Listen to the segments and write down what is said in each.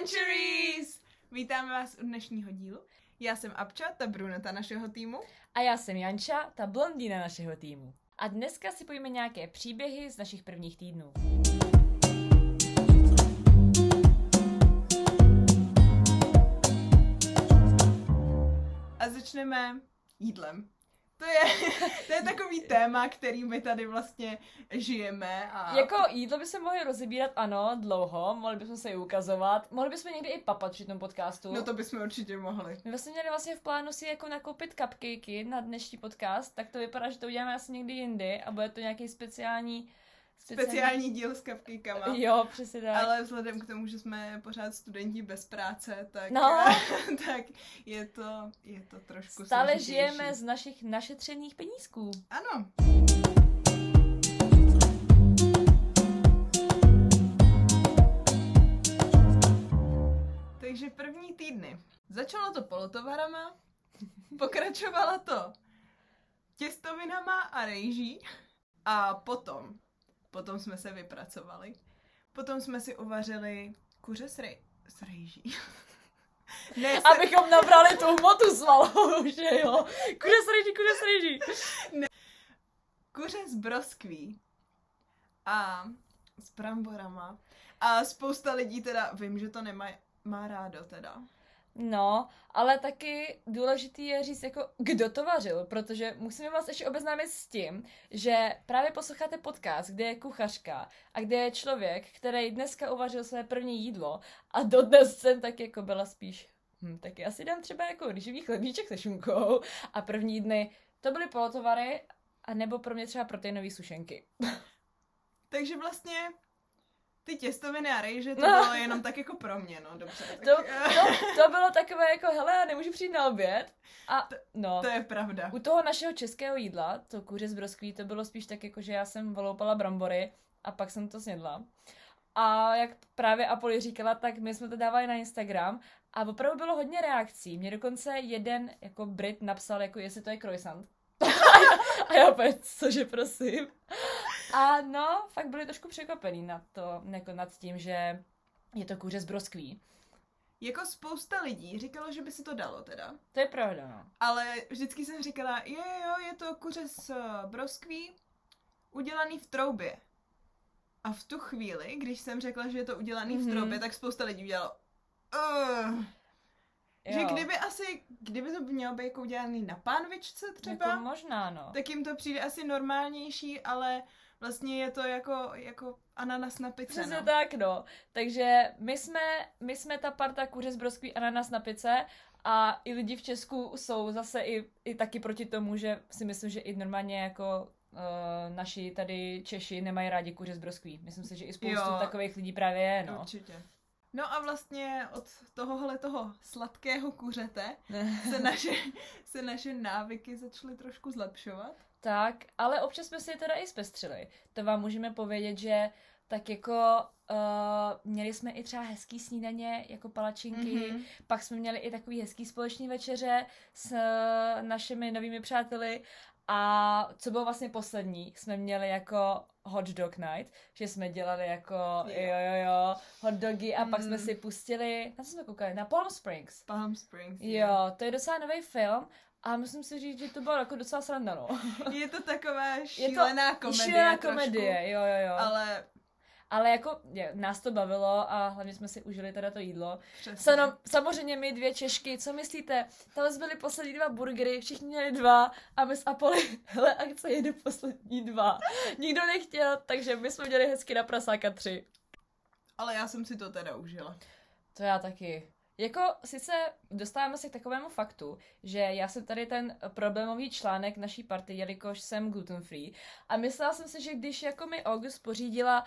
Adventuries! Vítáme vás u dnešního dílu. Já jsem Apča, ta bruneta našeho týmu. A já jsem Janča, ta blondýna našeho týmu. A dneska si pojíme nějaké příběhy z našich prvních týdnů. A začneme jídlem. To je takový téma, který my tady vlastně žijeme. A... Jako jídlo by se mohli rozebírat, ano, dlouho, mohli bychom se i ukazovat, mohli bychom někdy i papat při tom podcastu. No to bychom určitě mohli. My vlastně měli v plánu si jako nakoupit cupcakey na dnešní podcast, tak to vypadá, že to uděláme asi někdy jindy a bude to nějaký speciální díl s cupcakama. Jo, přesně tak. Ale vzhledem k tomu, že jsme pořád studenti bez práce, tak, tak je to trošku stále složitější. žijeme z našich našetřených penízků. Ano. Takže první týdny. Začalo to polotovarama, pokračovalo to těstovinama a rejží a potom jsme se vypracovali. Potom jsme si uvařili kuře s rejží. Abychom nabrali tu hmotu svalovou, že jo? Kuře s rejží. Ne. Kuře s broskví a s bramborama. A spousta lidí teda, vím, že to má rádo teda. No, ale taky důležitý je říct, jako kdo to vařil, protože musíme vás ještě obeznámit s tím, že právě posloucháte podcast, kde je kuchařka a kde je člověk, který dneska uvařil své první jídlo a dodnes jsem tak jako byla spíš, taky asi dám třeba jako rýžový chlebíček se šunkou a první dny to byly polotovary a nebo pro mě třeba proteinové sušenky. Takže vlastně ty těstoviny a rejže to bylo jenom tak jako pro mě, no dobře. To bylo takové jako, hele, já nemůžu přijít na oběd. A no. To je pravda. U toho našeho českého jídla, to kuře z broskví, to bylo spíš tak jako, že já jsem voloupala brambory a pak jsem to snědla. A jak právě Apoli říkala, tak my jsme to dávali na Instagram a opravdu bylo hodně reakcí. Mě dokonce jeden jako Brit napsal, jako jestli to je croissant. A já opět, cože prosím. A no, fakt byli trošku překvapený nad tím, že je to kuře z broskví. Jako spousta lidí říkalo, že by si to dalo teda. To je pravda, no. Ale vždycky jsem říkala, jo, je to kuře z broskví udělaný v troubě. A v tu chvíli, když jsem řekla, že je to udělaný v troubě, tak spousta lidí udělalo že kdyby to mělo být jako udělaný na pánvičce třeba, jako možná, no. Tak jim to přijde asi normálnější, ale vlastně je to jako ananas na pice. Přesně tak, no. Takže my jsme ta parta kuře z broskví ananas na pice a i lidi v Česku jsou zase i taky proti tomu, že si myslím, že i normálně jako naši tady Češi nemají rádi kuře z broskví. Myslím si, že i spoustu takových lidí právě je, no. Určitě. No a vlastně od toho sladkého kuřete se naše návyky začaly trošku zlepšovat. Tak, ale občas jsme si je teda i zpestřili. To vám můžeme povědět, že tak jako měli jsme i třeba hezký snídaně, jako palačinky, pak jsme měli i takový hezký společný večeře s našimi novými přáteli a co bylo vlastně poslední, jsme měli jako hot dog night, že jsme dělali jako hot dogy a pak jsme si pustili, na co jsme koukali? Na Palm Springs. Jo, to je docela nový film a musím si říct, že to bylo jako docela sranda, no. Je to taková šílená komedie, jo. Ale jako nás to bavilo a hlavně jsme si užili teda to jídlo. Samozřejmě my dvě Češky, co myslíte? Tam byly poslední 2 burgery, všichni měli 2 a my s Apoli, hele, akce jede poslední 2. Nikdo nechtěl, takže my jsme měli hezky na prasáka 3. Ale já jsem si to teda užila. To já taky. Jako sice dostáváme se k takovému faktu, že já jsem tady ten problémový článek naší party, jelikož jsem gluten free a myslela jsem si, že když jako mi August pořídila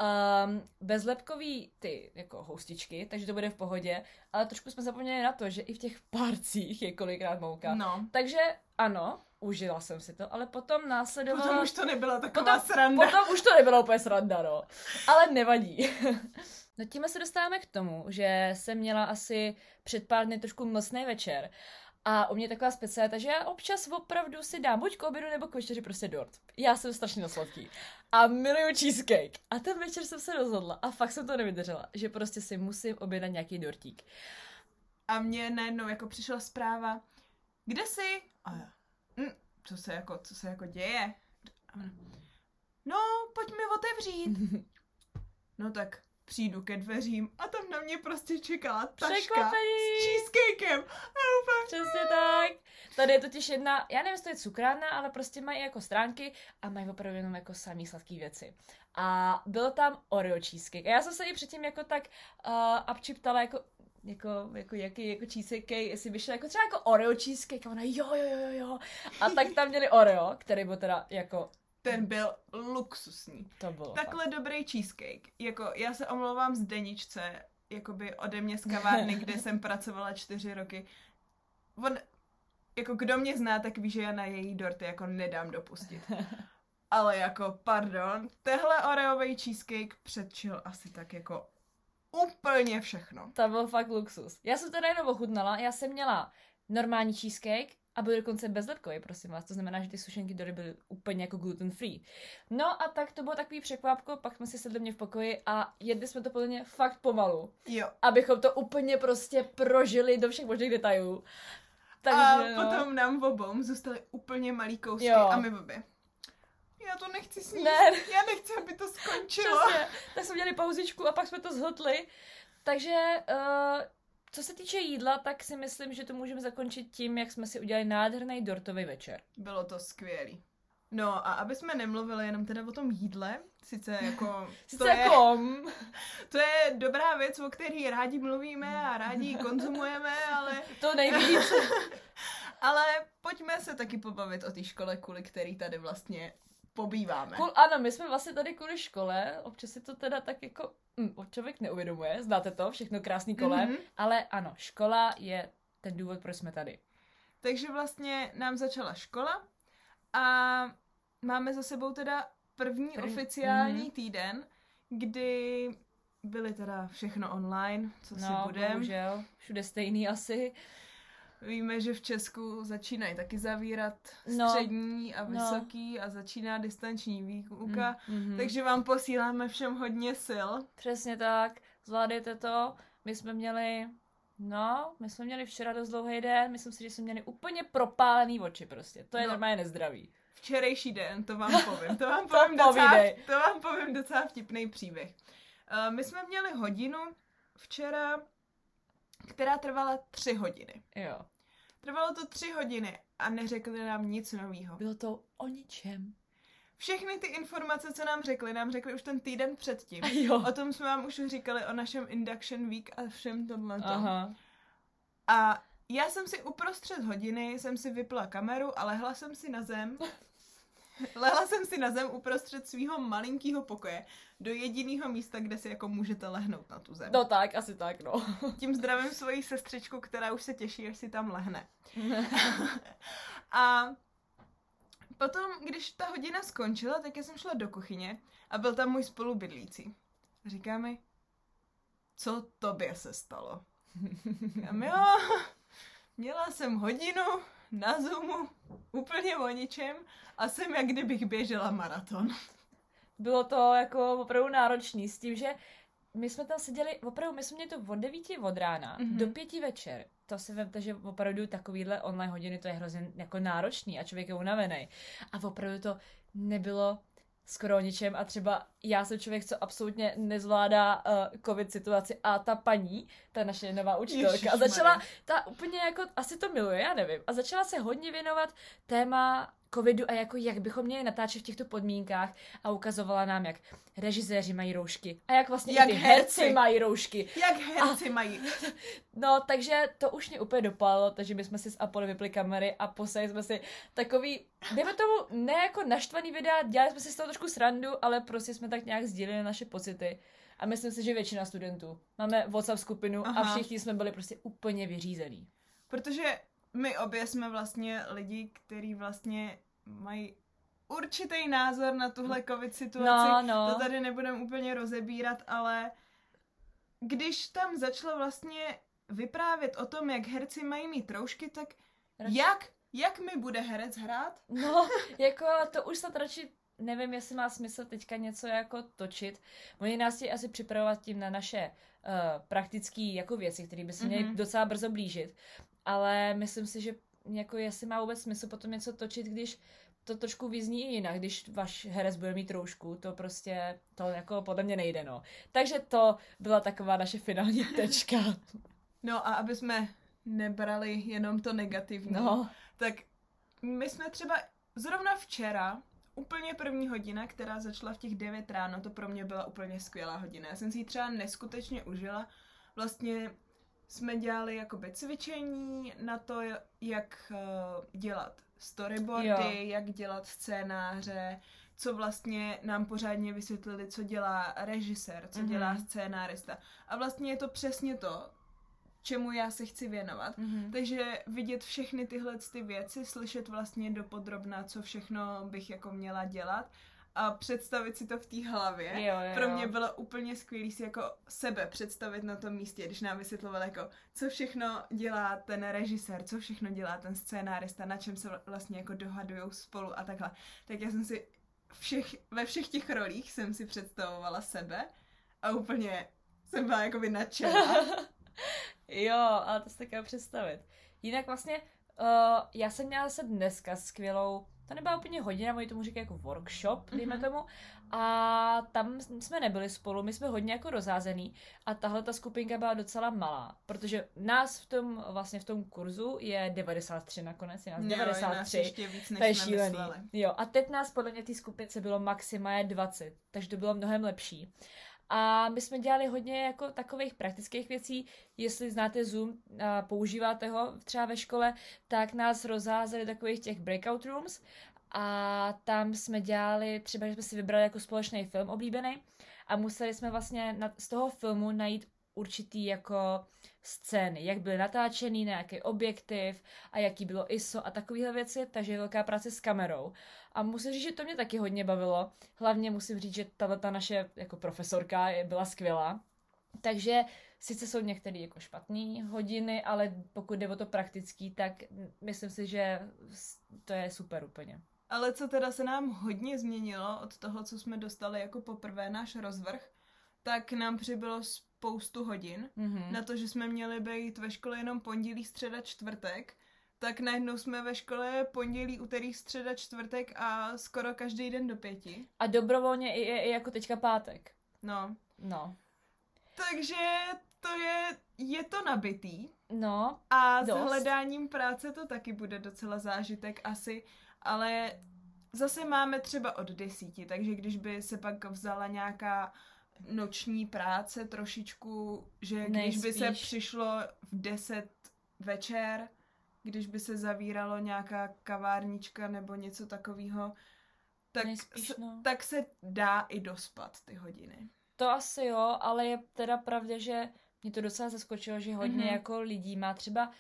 bezlepkový ty jako houstičky, takže to bude v pohodě, ale trošku jsme zapomněli na to, že i v těch párcích je kolikrát mouka. No. Takže ano, užila jsem si to, ale potom následovalo... Potom už to nebyla taková sranda. Potom už to nebyla úplně sranda, no. Ale nevadí. No tím se dostáváme k tomu, že jsem měla asi před pár dny trošku mlsný večer a u mě je taková specialita, že já občas opravdu si dám buď k obědu nebo k večeři prostě dort. Já jsem strašně na sladký. a miluju cheesecake. A ten večer jsem se rozhodla a fakt jsem to nevydržela, že prostě si musím objednat nějaký dortík. A mně najednou jako přišla zpráva, kde jsi? A já, co se jako děje? No, pojď mi otevřít. No tak přijdu ke dveřím a tam na mě prostě čekala taška s cheesecakem. Přesně tak. Tady je totiž jedna, já nevím, jestli to je cukrárna, ale prostě mají jako stránky a mají opravdu jenom jako samý sladký věci. A bylo tam Oreo cheesecake. A já jsem se i předtím jako tak Apči ptala jako jaký jako cheesecake, jestli by šel jako třeba jako Oreo cheesecake. A ona jo. A tak tam měli Oreo, který byl teda jako... Ten byl luxusní. To bylo takhle fakt. Dobrý cheesecake. Jako, já se omlouvám Zdeničce, jakoby ode mě z kavárny, kde jsem pracovala 4 roky. Jako kdo mě zná, tak ví, že já na její dorty jako nedám dopustit. Ale jako, pardon, tehle oreový cheesecake předčil asi tak jako úplně všechno. To byl fakt luxus. Já jsem teda jenom ochutnala, já jsem měla normální cheesecake a byl dokonce bezlepkový, prosím vás. To znamená, že ty sušenky dory byly úplně jako gluten free. No a tak to bylo takový překvapko, pak jsme si sedli mě v pokoji a jedli jsme to podle mě fakt pomalu. Jo. Abychom to úplně prostě prožili do všech možných detailů. Takže, a potom nám obou zůstaly úplně malý kousky a my obě. Já to nechci sníst. Ne. Já nechci, aby to skončilo. Přesně. Tak jsme měli pauzičku a pak jsme to zhltli. Takže co se týče jídla, tak si myslím, že to můžeme zakončit tím, jak jsme si udělali nádherný dortový večer. Bylo to skvělý. No a aby jsme nemluvili jenom teda o tom jídle, sice jako... To je dobrá věc, o které rádi mluvíme a rádi ji konzumujeme, ale... To nejvíc. Ale pojďme se taky pobavit o té škole, kvůli který tady vlastně pobýváme. Ano, my jsme vlastně tady kvůli škole, občas si to teda tak jako člověk neuvědomuje, znáte to, všechno krásný kolem, ale ano, škola je ten důvod, proč jsme tady. Takže vlastně nám začala škola a máme za sebou teda první oficiální týden, kdy byly teda všechno online, co si budem. Bohužel, všude stejný asi. Víme, že v Česku začínají taky zavírat střední a vysoký a začíná distanční výuka, takže vám posíláme všem hodně sil. Přesně tak, zvládejte to. My jsme měli včera dost dlouhý den, myslím si, že jsme měli úplně propálený oči prostě. To je normálně nezdravý. Včerejší den, to vám povím. To vám povím docela vtipný příběh. My jsme měli hodinu včera, která trvala 3 hodiny. Jo. Trvalo to 3 hodiny a neřekli nám nic novýho. Bylo to o ničem. Všechny ty informace, co nám řekli už ten týden předtím. Jo. O tom jsme vám už říkali, o našem induction week a všem tomhletom. Aha. A já jsem si uprostřed hodiny, jsem si vypla kameru a lehla jsem si na zem. Lehla jsem si na zem uprostřed svého malinkého pokoje do jediného místa, kde si jako můžete lehnout na tu zem. No tak, asi tak, no. Tím zdravím svoji sestřičku, která už se těší, až si tam lehne. A potom, když ta hodina skončila, tak já jsem šla do kuchyně a byl tam můj spolubydlící. Říká mi, co tobě se stalo? Jo, měla jsem hodinu na Zoomu, úplně o ničem a jsem jak kdybych běžela maraton. Bylo to jako opravdu náročný s tím, že my jsme tam seděli, opravdu, my jsme měli to od 9 od rána do 5 večer. To si vemte, že opravdu takovýhle online hodiny, to je hrozně jako náročný a člověk je unavený. A opravdu to nebylo skoro o ničem a třeba já jsem člověk, co absolutně nezvládá covid situaci a ta paní, ta naše nová učitelka, a začala, ta úplně jako, asi to miluje, já nevím, a začala se hodně věnovat téma covidu a jako jak bychom měli natáčet v těchto podmínkách a ukazovala nám, jak režiséři mají roušky a jak vlastně jak i ty herci mají roušky. Jak herci mají. No, takže to už mě úplně dopalo, takže my jsme si s Apolly vypli kamery a poslali jsme si takový, dejme tomu, ne jako naštvaný videa, dělali jsme si z toho trošku srandu, ale prostě jsme tak nějak sdíleli naše pocity. A myslím si, že většina studentů. Máme WhatsApp skupinu a všichni jsme byli prostě úplně vyřízený. Protože my obě jsme vlastně lidi, kteří vlastně mají určitý názor na tuhle covid situaci. No. To tady nebudeme úplně rozebírat, ale když tam začalo vlastně vyprávět o tom, jak herci mají mít roušky, tak jak mi bude herec hrát? No, jako to už snad radši nevím, jestli má smysl teďka něco jako točit. Oni nás chtějí asi připravovat tím na naše praktické jako věci, které by se měly docela brzo blížit. Ale myslím si, že jako jestli má vůbec smysl potom něco točit, když to trošku vyzní jinak, když váš herec bude mít roušku, to prostě, to jako podle mě nejde, no. Takže to byla taková naše finální tečka. No a aby jsme nebrali jenom to negativní, tak my jsme třeba zrovna včera, úplně první hodina, která začala v těch 9 ráno, to pro mě byla úplně skvělá hodina. Já jsem si ji třeba neskutečně užila. Vlastně jsme dělali jakoby cvičení na to, jak dělat storyboardy, jak dělat scénáře, co vlastně nám pořádně vysvětlili, co dělá režisér, co dělá scénárista. A vlastně je to přesně to, čemu já se chci věnovat. Takže vidět všechny tyhle ty věci, slyšet vlastně dopodrobna, co všechno bych jako měla dělat a představit si to v té hlavě. Jo. Pro mě bylo úplně skvělý si jako sebe představit na tom místě, když nám vysvětloval jako, co všechno dělá ten režisér, co všechno dělá ten scénárista, na čem se vlastně jako dohadujou spolu a takhle. Tak já jsem si ve všech těch rolích jsem si představovala sebe a úplně jsem byla jakoby nadšená. Jo, ale to si taky představit. Jinak vlastně, já jsem měla se dneska skvělou, to nebyla úplně hodina, oni tomu říkají jako workshop, dejme tomu, a tam jsme nebyli spolu, my jsme hodně jako rozházený a tahle ta skupinka byla docela malá, protože nás v tom kurzu je 93 nakonec, je nás 93, to je šílený. Jo, a teď nás podle mě té skupince bylo maximálně 20, takže to bylo mnohem lepší. A my jsme dělali hodně jako takových praktických věcí, jestli znáte Zoom a používáte ho třeba ve škole, tak nás rozházeli takových těch breakout rooms a tam jsme dělali, třeba že jsme si vybrali jako společný film oblíbený a museli jsme vlastně z toho filmu najít určitý jako scény, jak byly natáčený, na jaký objektiv a jaký bylo ISO a takovéhle věci, takže je velká práce s kamerou. A musím říct, že to mě taky hodně bavilo. Hlavně musím říct, že ta naše jako profesorka byla skvělá. Takže sice jsou některé jako špatné hodiny, ale pokud jde o to praktický, tak myslím si, že to je super úplně. Ale co teda se nám hodně změnilo od toho, co jsme dostali jako poprvé náš rozvrh, tak nám přibylo spoustu hodin na to, že jsme měli být ve škole jenom pondělí, středa, čtvrtek, tak najednou jsme ve škole pondělí, úterý, středa, čtvrtek a skoro každý den do 5. A dobrovolně i jako teďka pátek. No. Takže je to nabitý. No, a s hledáním práce to taky bude docela zážitek asi, ale zase máme třeba od 10, takže když by se pak vzala nějaká noční práce trošičku, že když by se přišlo v 10 večer, když by se zavíralo nějaká kavárnička nebo něco takového, tak se dá i dospat ty hodiny. To asi jo, ale je teda pravda, že mě to docela zaskočilo, že hodně jako lidí má třeba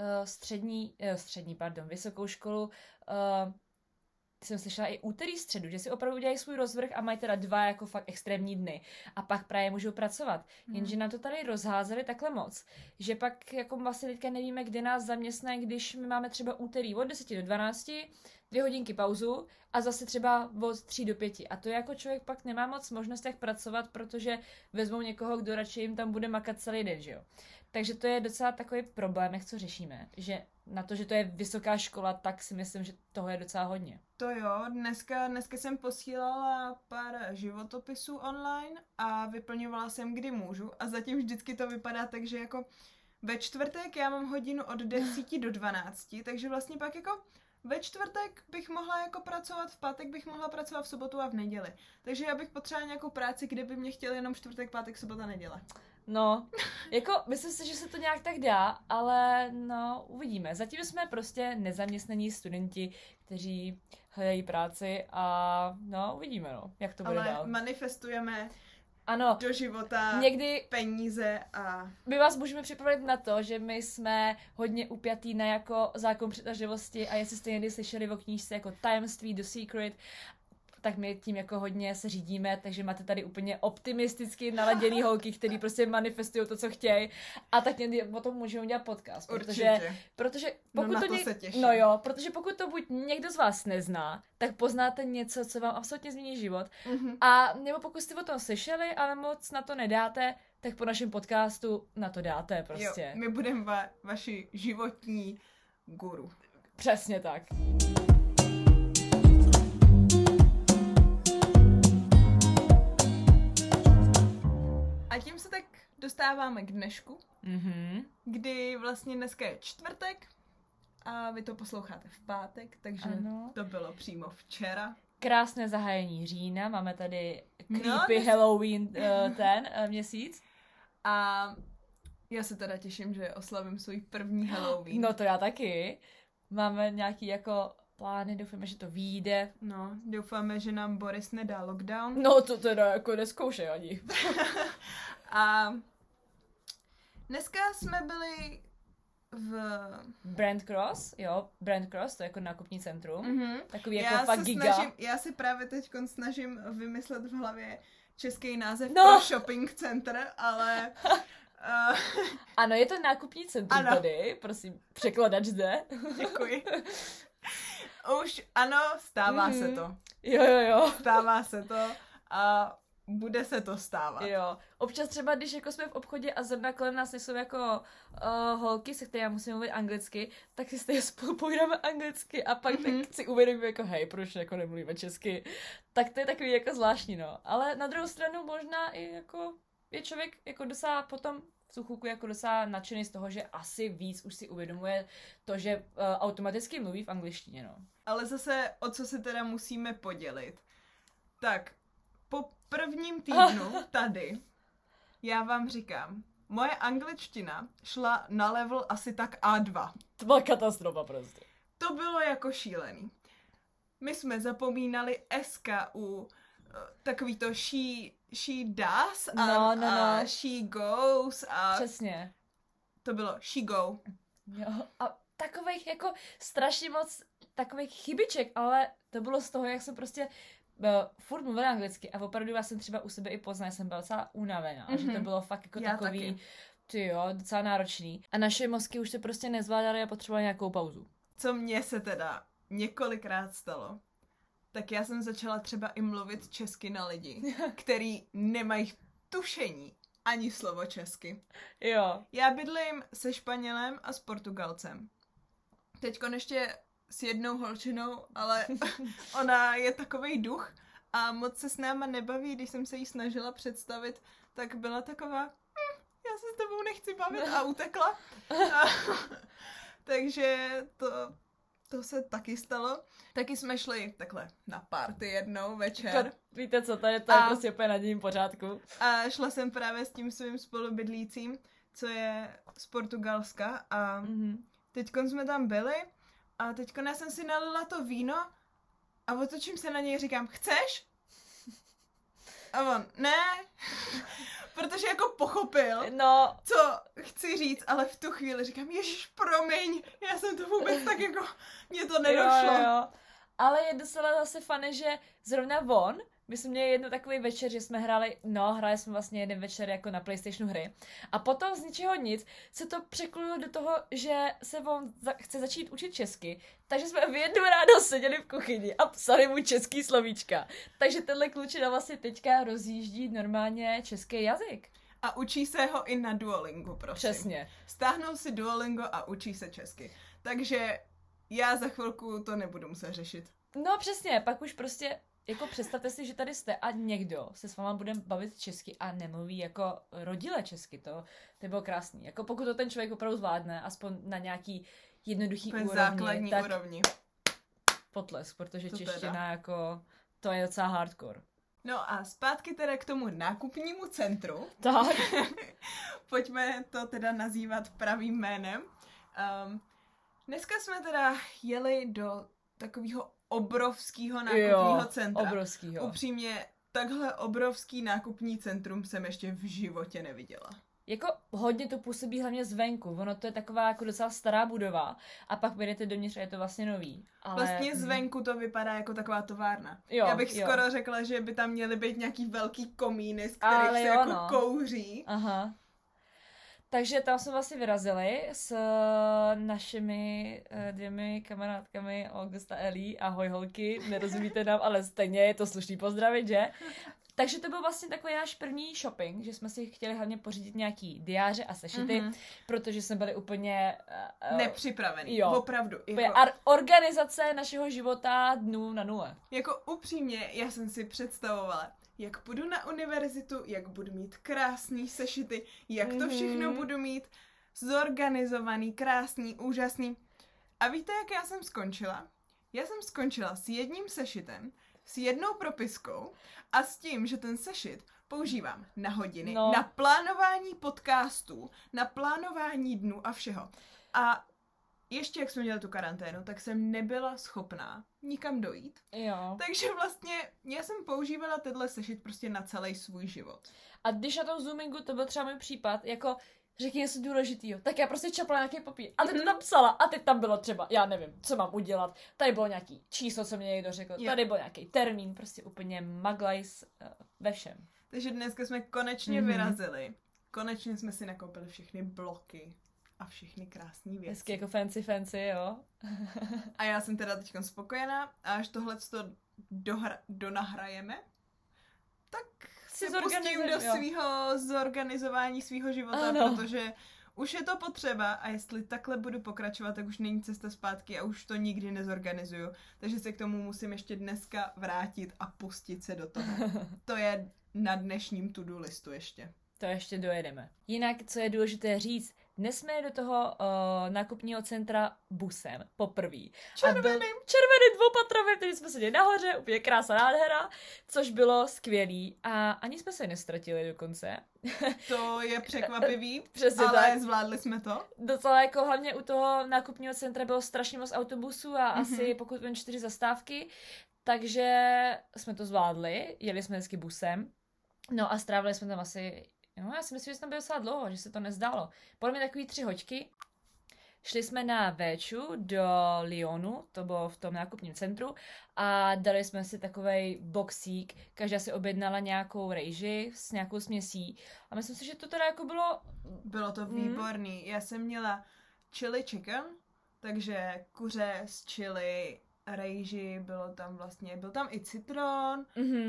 vysokou školu, jsem slyšela i úterý, středu, že si opravdu udělají svůj rozvrh a mají teda 2 jako fakt extrémní dny a pak právě můžou pracovat. Jenže nám to tady rozházeli takhle moc, že pak jako vlastně teďka nevíme, kde nás zaměstnají, když my máme třeba úterý od 10 do 12, 2 hodinky pauzu a zase třeba od 3 do 5. A to jako člověk pak nemá moc možnostech pracovat, protože vezmou někoho, kdo radši jim tam bude makat celý den, že jo. Takže to je docela takový problém, jak co řešíme, že na to, že to je vysoká škola, tak si myslím, že toho je docela hodně. To jo, dneska jsem posílala pár životopisů online a vyplňovala jsem, kdy můžu a zatím vždycky to vypadá tak, že jako ve čtvrtek já mám hodinu od 10 do 12, takže vlastně pak jako ve čtvrtek bych mohla jako pracovat, v pátek bych mohla pracovat, v sobotu a v neděli. Takže já bych potřebovala nějakou práci, kde by mě chtěli jenom čtvrtek, pátek, sobota, neděle. No, jako myslím si, že se to nějak tak dá, ale no, uvidíme. Zatím jsme prostě nezaměstnaní studenti, kteří hledají práci a no, uvidíme, no, jak to bude dál. Ale manifestujeme ano, do života někdy peníze a... My vás můžeme připravit na to, že my jsme hodně upjatý na jako zákon přitažlivosti a jestli jste někdy slyšeli o knížce jako Tajemství, The Secret, tak my tím jako hodně se řídíme, takže máte tady úplně optimisticky naladěný holky, který prostě manifestují to, co chtějí a tak někdy o tom můžeme udělat podcast, protože pokud no, se těším. No jo, protože pokud to buď někdo z vás nezná, tak poznáte něco, co vám absolutně změní život a nebo pokud jste o tom slyšeli, ale moc na to nedáte, tak po našem podcastu na to dáte prostě. Jo, my budeme vaši životní guru. Přesně tak. A tím se tak dostáváme k dnešku, kdy vlastně dneska je čtvrtek a vy to posloucháte v pátek, takže to bylo přímo včera. Krásné zahájení října, máme tady creepy Halloween měsíc. A já se teda těším, že oslavím svůj první Halloween. No to já taky. Máme nějaký jako plány, doufáme, že to vyjde. No, doufáme, že nám Boris nedá lockdown. No to teda jako neskoušej ani. A dneska jsme byli v... Brand Cross, to je jako nákupní centrum. Takový jako fakt giga. Já si právě teď snažím vymyslet v hlavě český název pro shopping center, ale... Ano, je to nákupní centrum tady, prosím, překladač zde. Děkuji. Už ano, stává se to. Jo. Stává se to a bude se to stávat. Jo. Občas třeba, když jako jsme v obchodě a zrovna kolem nás nejsou jako holky, se kterými musíme mluvit anglicky, tak si stejně spolu povídáme anglicky a pak tak si uvědomíme jako hej, proč jako nemluvíme česky. Tak to je takový jako zvláštní, no. Ale na druhou stranu možná i jako je člověk jako dosáhá potom v suchůku jako dosáhá nadšený z toho, že asi víc už si uvědomuje to, že automaticky mluví v angličtině, no. Ale zase, o co se teda musíme podělit. Tak, po prvním týdnu tady, já vám říkám, moje angličtina šla na level asi tak A2. To byla katastrofa prostě. To bylo jako šílený. My jsme zapomínali SK u takový to she does a she goes a... Přesně. To bylo she go. Jo, a takových jako strašně moc takových chybiček, ale to bylo z toho, jak jsem prostě furt mluvila anglicky a opravdu já jsem třeba u sebe i poznala, jsem byla docela unavená, že to bylo fakt jako takový, docela náročný. A naše mozky už se prostě nezvládaly a potřebovaly nějakou pauzu. Co mně se teda několikrát stalo, tak já jsem začala třeba i mluvit česky na lidi, který nemají tušení ani slovo česky. Jo. Já bydlím se Španělem a s Portugalcem. Teďko ještě s jednou holčinou, ale ona je takovej duch a moc se s náma nebaví, když jsem se jí snažila představit, tak byla taková, já se s tebou nechci bavit a utekla. Takže to se taky stalo. Taky jsme šli takhle na party jednou večer. Víte co, to je prostě úplně na dějím pořádku. A šla jsem právě s tím svým spolubydlícím, co je z Portugalska a teďkon jsme tam byli a teďkon já jsem si nalila to víno a otočím se na něj a říkám, chceš? A on, ne, protože jako pochopil, co chci říct, ale v tu chvíli říkám, ježiš, promiň, já jsem to vůbec tak jako, mně to nedošlo. Jo. Ale je docela zase funny, že zrovna my jsme měli jedno takový večer, že jsme hráli jsme vlastně jeden večer jako na PlayStationu hry. A potom z ničeho nic se to překlilo do toho, že se on chce začít učit česky. Takže jsme v jednu ráno seděli v kuchyni a psali mu český slovíčka. Takže tenhle klučina vlastně teďka rozjíždí normálně český jazyk. A učí se ho i na Duolingu, prosím. Přesně. Stáhnul si Duolingo a učí se česky. Takže já za chvilku to nebudu muset řešit. No přesně, pak už prostě jako představte si, že tady jste a někdo se s váma bude bavit česky a nemluví jako rodile česky. To bylo krásný. Jako pokud to ten člověk opravdu zvládne, aspoň na nějaký jednoduchý úrovni. Základní úrovni. Potlesk, protože čeština jako, to je docela hardcore. No a zpátky teda k tomu nákupnímu centru. Tak. Pojďme to teda nazývat pravým jménem. Dneska jsme teda jeli do takového obrovského nákupního centra. Obrovského. Upřímně, takhle obrovský nákupní centrum jsem ještě v životě neviděla. jako hodně to působí hlavně zvenku. Ono to je taková jako docela stará budova a pak vyjdete dovnitř a je to vlastně nový. Ale... Vlastně zvenku to vypadá jako taková továrna. Jo, Já bych skoro řekla, že by tam měly být nějaký velký komíny, z kterých ale se jo, jako no. kouří. Aha. Takže tam jsme vlastně vyrazili s našimi 2 kamarádkami Augusta a Ellie. Ahoj holky, nerozumíte nám, ale stejně je to slušný pozdravit, že? Takže to byl vlastně takový náš první shopping, že jsme si chtěli hlavně pořídit nějaký diáře a sešity, protože jsme byli úplně... nepřipravený, jo. Opravdu. Jako... Organizace našeho života dnů na nule. Jako upřímně, já jsem si představovala, jak půjdu na univerzitu, jak budu mít krásný sešity, jak to všechno budu mít zorganizovaný, krásný, úžasný. A víte, jak já jsem skončila? Já jsem skončila s jedním sešitem, s jednou propiskou a s tím, že ten sešit používám na hodiny, na plánování podcastů, na plánování dnů a všeho. A ještě jak jsme měli tu karanténu, tak jsem nebyla schopná nikam dojít. Jo. Takže vlastně já jsem používala tenhle sešit prostě na celý svůj život. A když na tom zoomingu to byl třeba můj případ, jako řekni něco důležitýho, tak já prostě čapla nějaký papír a teď to napsala a teď tam bylo třeba, já nevím, co mám udělat, tady bylo nějaký číslo, co mě někdo řekl, tady byl nějaký termín, prostě úplně maglajs ve všem. Takže dneska jsme konečně vyrazili, konečně jsme si nakoupili všechny bloky a všechny krásné věci. Hezky jako fancy, jo. A já jsem teda teď spokojená a až tohleto donahrajeme, tak se pustím do svého zorganizování svého života, protože už je to potřeba a jestli takhle budu pokračovat, tak už není cesta zpátky a už to nikdy nezorganizuju. Takže se k tomu musím ještě dneska vrátit a pustit se do toho. To je na dnešním to-do listu ještě. To ještě dojedeme. Jinak, co je důležité říct, dnes jsme jeli do toho nákupního centra busem poprvý. Červený dvoupatrový, který jsme seděli nahoře, úplně krásná nádhera, což bylo skvělý a ani jsme se nestratili dokonce. To je překvapivý, přesně ale tak. Zvládli jsme to. Docela jako hlavně u toho nákupního centra bylo strašně moc autobusů a asi pokud vím 4 zastávky, takže jsme to zvládli, jeli jsme vždycky busem, no a strávili jsme tam asi... No, já si myslím, že jsme tam byli docela dlouho, že se to nezdálo. Podle mě takový 3 hoďky. Šli jsme na Véču do Lyonu, to bylo v tom nákupním centru, a dali jsme si takovej boxík, každá si objednala nějakou rejži s nějakou směsí. A myslím si, že to teda jako bylo... Bylo to výborný. Já jsem měla chili chicken, takže kuře s chili, rejži, byl tam i citron.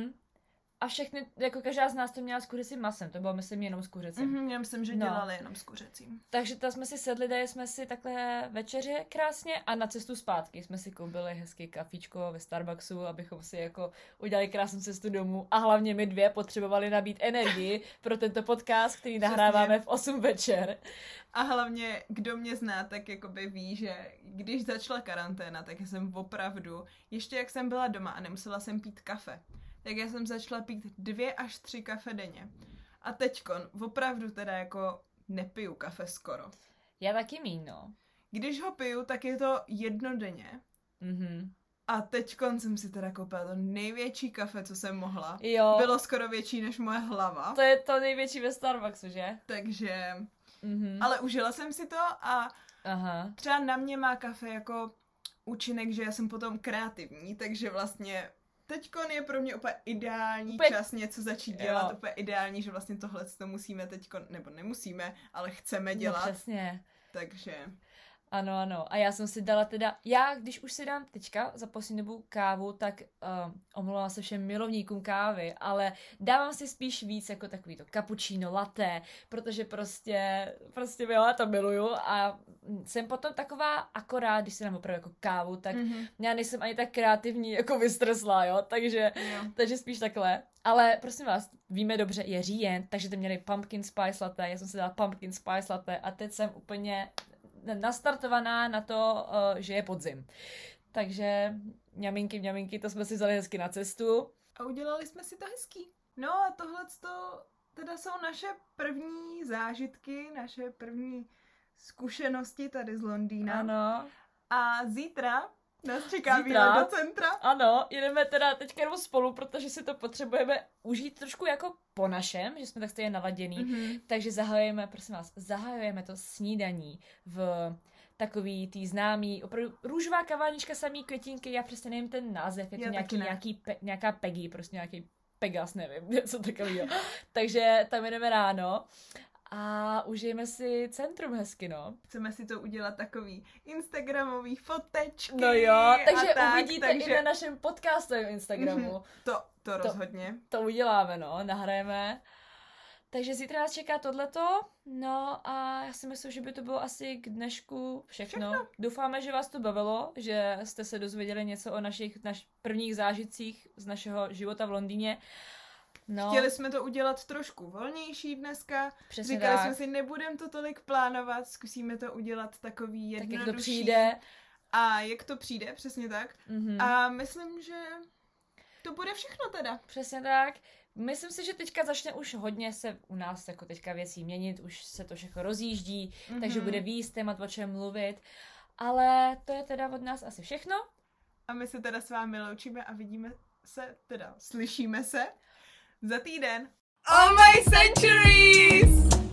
A všechny, jako každá z nás to měla s kuřecím masem, to bylo myslím jenom s kuřecím. Já myslím, že dělali jenom s kuřecím. Takže tam jsme si sedli, dali jsme si takhle večeře krásně a na cestu zpátky jsme si koupili hezky kafíčko ve Starbucksu, abychom si jako udělali krásnou cestu domů a hlavně my 2 potřebovali nabít energii pro tento podcast, který nahráváme v 8 večer. A hlavně, kdo mě zná, tak jakoby ví, že když začala karanténa, tak jsem opravdu, ještě jak jsem byla doma a nemusela jsem pít kafe, tak já jsem začala pít 2 až 3 kafe denně. A teďkon opravdu teda jako nepiju kafe skoro. Já taky míň, no. Když ho piju, tak je to 1 denně. A teďkon jsem si teda koupila to největší kafe, co jsem mohla. Jo. Bylo skoro větší než moje hlava. To je to největší ve Starbucksu, že? Takže... Ale užila jsem si to a třeba na mě má kafe jako účinek, že já jsem potom kreativní, takže vlastně teďkon je pro mě úplně ideální čas něco začít dělat, úplně ideální, že vlastně tohle to musíme teďkon, nebo nemusíme, ale chceme dělat. No přesně. Takže... Ano. A já jsem si dala teda, když už si dám teďka za poslední dobu kávu, tak omlouvám se všem milovníkům kávy, ale dávám si spíš víc jako takový to cappuccino, latte, protože prostě já to miluju a jsem potom taková akorát, když si dám opravdu jako kávu, tak já nejsem ani tak kreativní jako vystreslá, jo, takže spíš takhle. Ale prosím vás, víme dobře, je říjen, takže to měli pumpkin spice latte, já jsem si dala pumpkin spice latte a teď jsem úplně nastartovaná na to, že je podzim. Takže ňaminky, to jsme si vzali hezky na cestu. A udělali jsme si to hezký. No a tohleto teda jsou naše první zážitky, naše první zkušenosti tady z Londýna. Ano. A zítra Nás čeká Zítra. výlet do centra. Ano, jedeme teda teďka jenom spolu, protože si to potřebujeme užít trošku jako po našem, že jsme tak stejně naladěný. Mm-hmm. Takže zahajujeme to snídaní v takový tý známý, opravdu růžová kavárnička, samý květinky, já přesně nevím ten název, je to nějaká Peggy, prostě nějaký Pegas, nevím, něco takového. Takže tam jdeme ráno a užijeme si centrum hezky, no. Chceme si to udělat takový instagramový fotečky. No jo, takže tak, uvidíte i na našem podcastovém Instagramu. To rozhodně. To uděláme, no, nahrajeme. Takže zítra nás čeká tohleto, no a já si myslím, že by to bylo asi k dnešku všechno. Doufáme, že vás to bavilo, že jste se dozvěděli něco o našich prvních zážitcích z našeho života v Londýně. No. Chtěli jsme to udělat trošku volnější dneska. Přesně Říkali tak. jsme si, nebudeme to tolik plánovat, zkusíme to udělat takový jednodušší. Tak jak to přijde. A jak to přijde, přesně tak. Mm-hmm. A myslím, že to bude všechno teda. Přesně tak. Myslím si, že teďka začne už hodně se u nás jako teďka věcí měnit, už se to všechno rozjíždí, takže bude víc témat, o čem mluvit. Ale to je teda od nás asi všechno. A my se teda s vámi loučíme a slyšíme se za týden. Oh my centuries!